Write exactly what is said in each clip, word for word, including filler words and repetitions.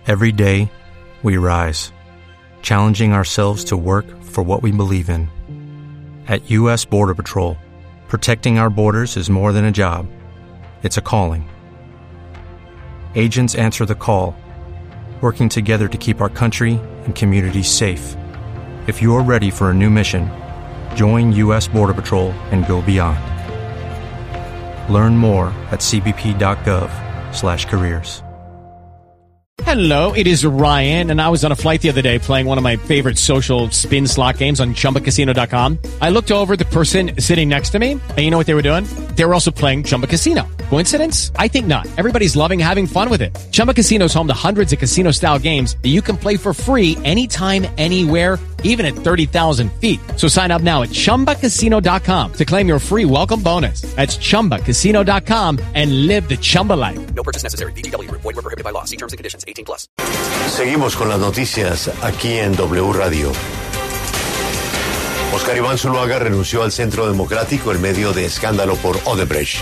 Every day, we rise, challenging ourselves to work for what we believe in. At U S Border Patrol, protecting our borders is more than a job. It's a calling. Agents answer the call, working together to keep our country and communities safe. If you're ready for a new mission, join U S Border Patrol and go beyond. Learn more at cbp.gov slash careers. Hello, it is Ryan, and I was on a flight the other day playing one of my favorite social spin slot games on chumba casino dot com. I looked over at the person sitting next to me, and you know what they were doing? They were also playing Chumba Casino. Coincidence? I think not. Everybody's loving having fun with it. Chumba Casino is home to hundreds of casino-style games that you can play for free anytime, anywhere, even at thirty thousand feet. So sign up now at chumba casino dot com to claim your free welcome bonus. That's chumba casino dot com and live the Chumba life. No purchase necessary. V G W. Void where prohibited by law. See terms and conditions. eighteen plus. Seguimos con las noticias aquí en W Radio. Oscar Iván Zuluaga renunció al Centro Democrático en medio de escándalo por Odebrecht.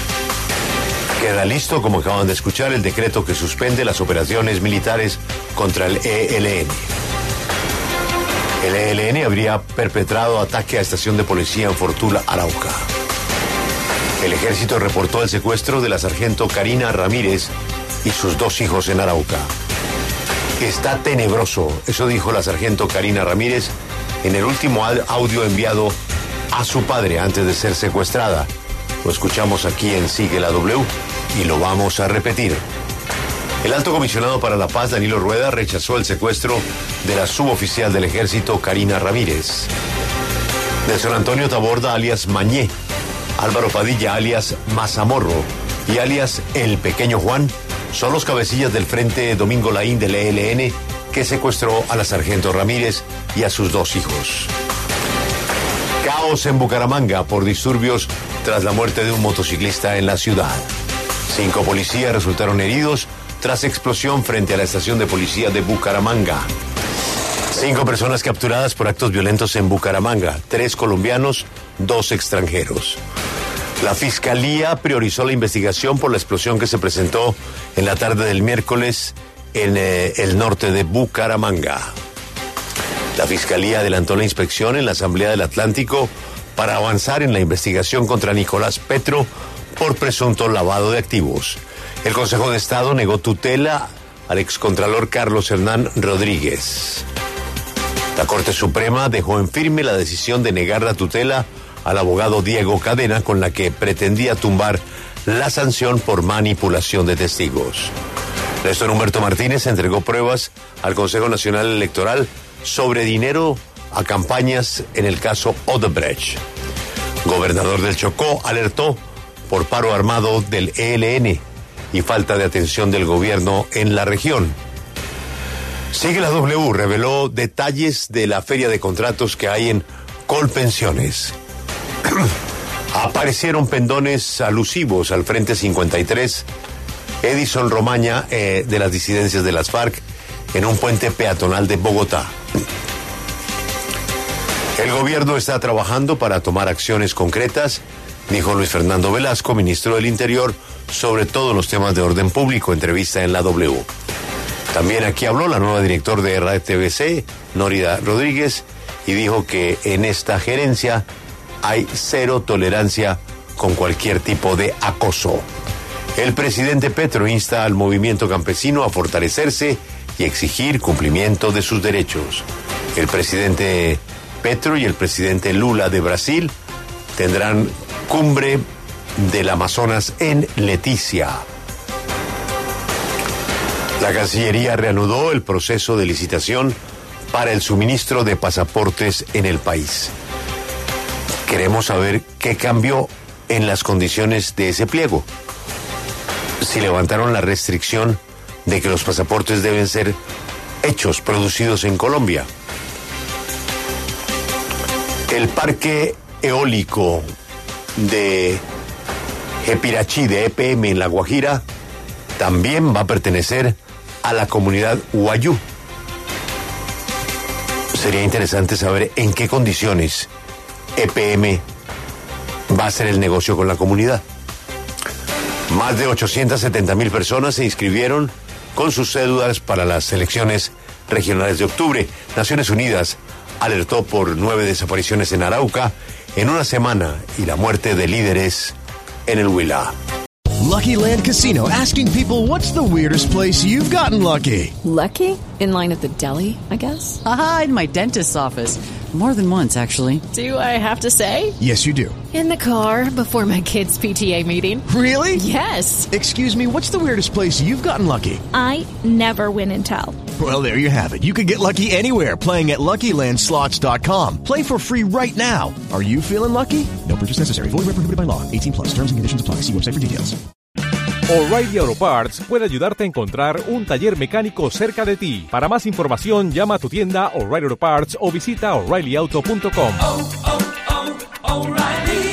Queda listo, como acaban de escuchar, el decreto que suspende las operaciones militares contra el E L N. El E L N habría perpetrado ataque a estación de policía en Fortuna, Arauca. El ejército reportó el secuestro de la sargento Karina Ramírez y sus dos hijos en Arauca. Está tenebroso, eso dijo la sargento Karina Ramírez en el último audio enviado a su padre antes de ser secuestrada. Lo escuchamos aquí en Sigue la W y lo vamos a repetir. El alto comisionado para la paz, Danilo Rueda, rechazó el secuestro de la suboficial del ejército, Karina Ramírez. Nelson Antonio Taborda, alias Mañé, Álvaro Padilla, alias Mazamorro, y alias El Pequeño Juan, son los cabecillas del Frente Domingo Laín del E L N que secuestró a la sargento Ramírez y a sus dos hijos. Caos en Bucaramanga por disturbios tras la muerte de un motociclista en la ciudad. Cinco policías resultaron heridos tras explosión frente a la estación de policía de Bucaramanga. Cinco personas capturadas por actos violentos en Bucaramanga, tres colombianos, dos extranjeros. La Fiscalía priorizó la investigación por la explosión que se presentó en la tarde del miércoles en eh, el norte de Bucaramanga. La Fiscalía adelantó la inspección en la Asamblea del Atlántico para avanzar en la investigación contra Nicolás Petro por presunto lavado de activos. El Consejo de Estado negó tutela al excontralor Carlos Hernán Rodríguez. La Corte Suprema dejó en firme la decisión de negar la tutela al abogado Diego Cadena, con la que pretendía tumbar la sanción por manipulación de testigos. Néstor Humberto Martínez entregó pruebas al Consejo Nacional Electoral sobre dinero a campañas en el caso Odebrecht. Gobernador del Chocó alertó por paro armado del E L N y falta de atención del gobierno en la región. Sigue la W, reveló detalles de la feria de contratos que hay en Colpensiones. Aparecieron pendones alusivos al Frente cincuenta y tres, Edison Romaña, eh, de las disidencias de las FARC, en un puente peatonal de Bogotá. El gobierno está trabajando para tomar acciones concretas, dijo Luis Fernando Velasco, ministro del Interior, sobre todos los temas de orden público, entrevista en la W. También aquí habló la nueva directora de R T V C, Nórida Rodríguez, y dijo que en esta gerencia hay cero tolerancia con cualquier tipo de acoso. El presidente Petro insta al movimiento campesino a fortalecerse y exigir cumplimiento de sus derechos. El presidente Petro y el presidente Lula de Brasil tendrán cumbre del Amazonas en Leticia. La Cancillería reanudó el proceso de licitación para el suministro de pasaportes en el país. Queremos saber qué cambió en las condiciones de ese pliego. Si levantaron la restricción de que los pasaportes deben ser hechos, producidos en Colombia. El parque eólico de Jepirachí de E P M en La Guajira también va a pertenecer a la comunidad Wayuu. Sería interesante saber en qué condiciones E P M va a hacer el negocio con la comunidad. Más de ochocientas setenta mil personas se inscribieron con sus cédulas para las elecciones regionales de octubre. Naciones Unidas alertó por nueve desapariciones en Arauca en una semana y la muerte de líderes en el Huila. Lucky Land Casino, asking people, what's the weirdest place you've gotten lucky? Lucky? In line at the deli, I guess? Aha, in my dentist's office. More than once, actually. Do I have to say? Yes, you do. In the car before my kids' P T A meeting. Really? Yes. Excuse me, what's the weirdest place you've gotten lucky? I never win and tell. Well, there you have it. You can get lucky anywhere, playing at Lucky Land Slots dot com. Play for free right now. Are you feeling lucky? No purchase necessary. Void where prohibited by law. eighteen plus. Terms and conditions apply. See website for details. O'Reilly Auto Parts puede ayudarte a encontrar un taller mecánico cerca de ti. Para más información, llama a tu tienda O'Reilly Auto Parts o visita O'Reilly Auto punto com. Oh, oh, oh, O'Reilly